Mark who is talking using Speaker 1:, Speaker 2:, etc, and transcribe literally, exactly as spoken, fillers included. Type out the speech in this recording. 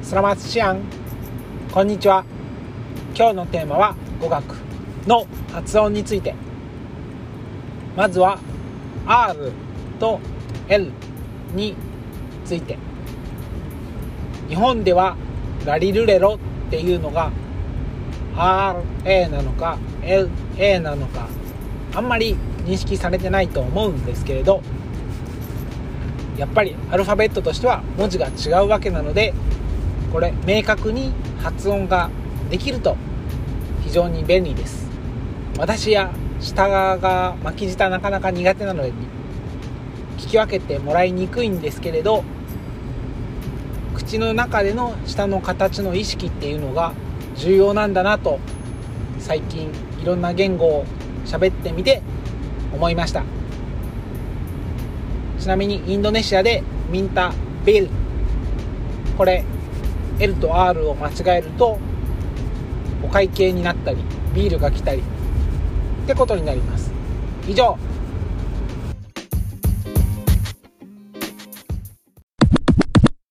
Speaker 1: スラマツシアン、こんにちは。今日のテーマは語学の発音について。まずは アール と エル について。日本ではラリルレロっていうのが アールエー なのか エルエー なのかあんまり認識されてないと思うんですけれど、やっぱりアルファベットとしては文字が違うわけなので、これ明確に発音ができると非常に便利です。私や下側が巻き舌なかなか苦手なので聞き分けてもらいにくいんですけれど、口の中での舌の形の意識っていうのが重要なんだなと最近いろんな言語を喋ってみて思いました。ちなみにインドネシアでミンタベル、これ エル と アール を間違えるとお会計になったりビールが来たりってことになります。以上、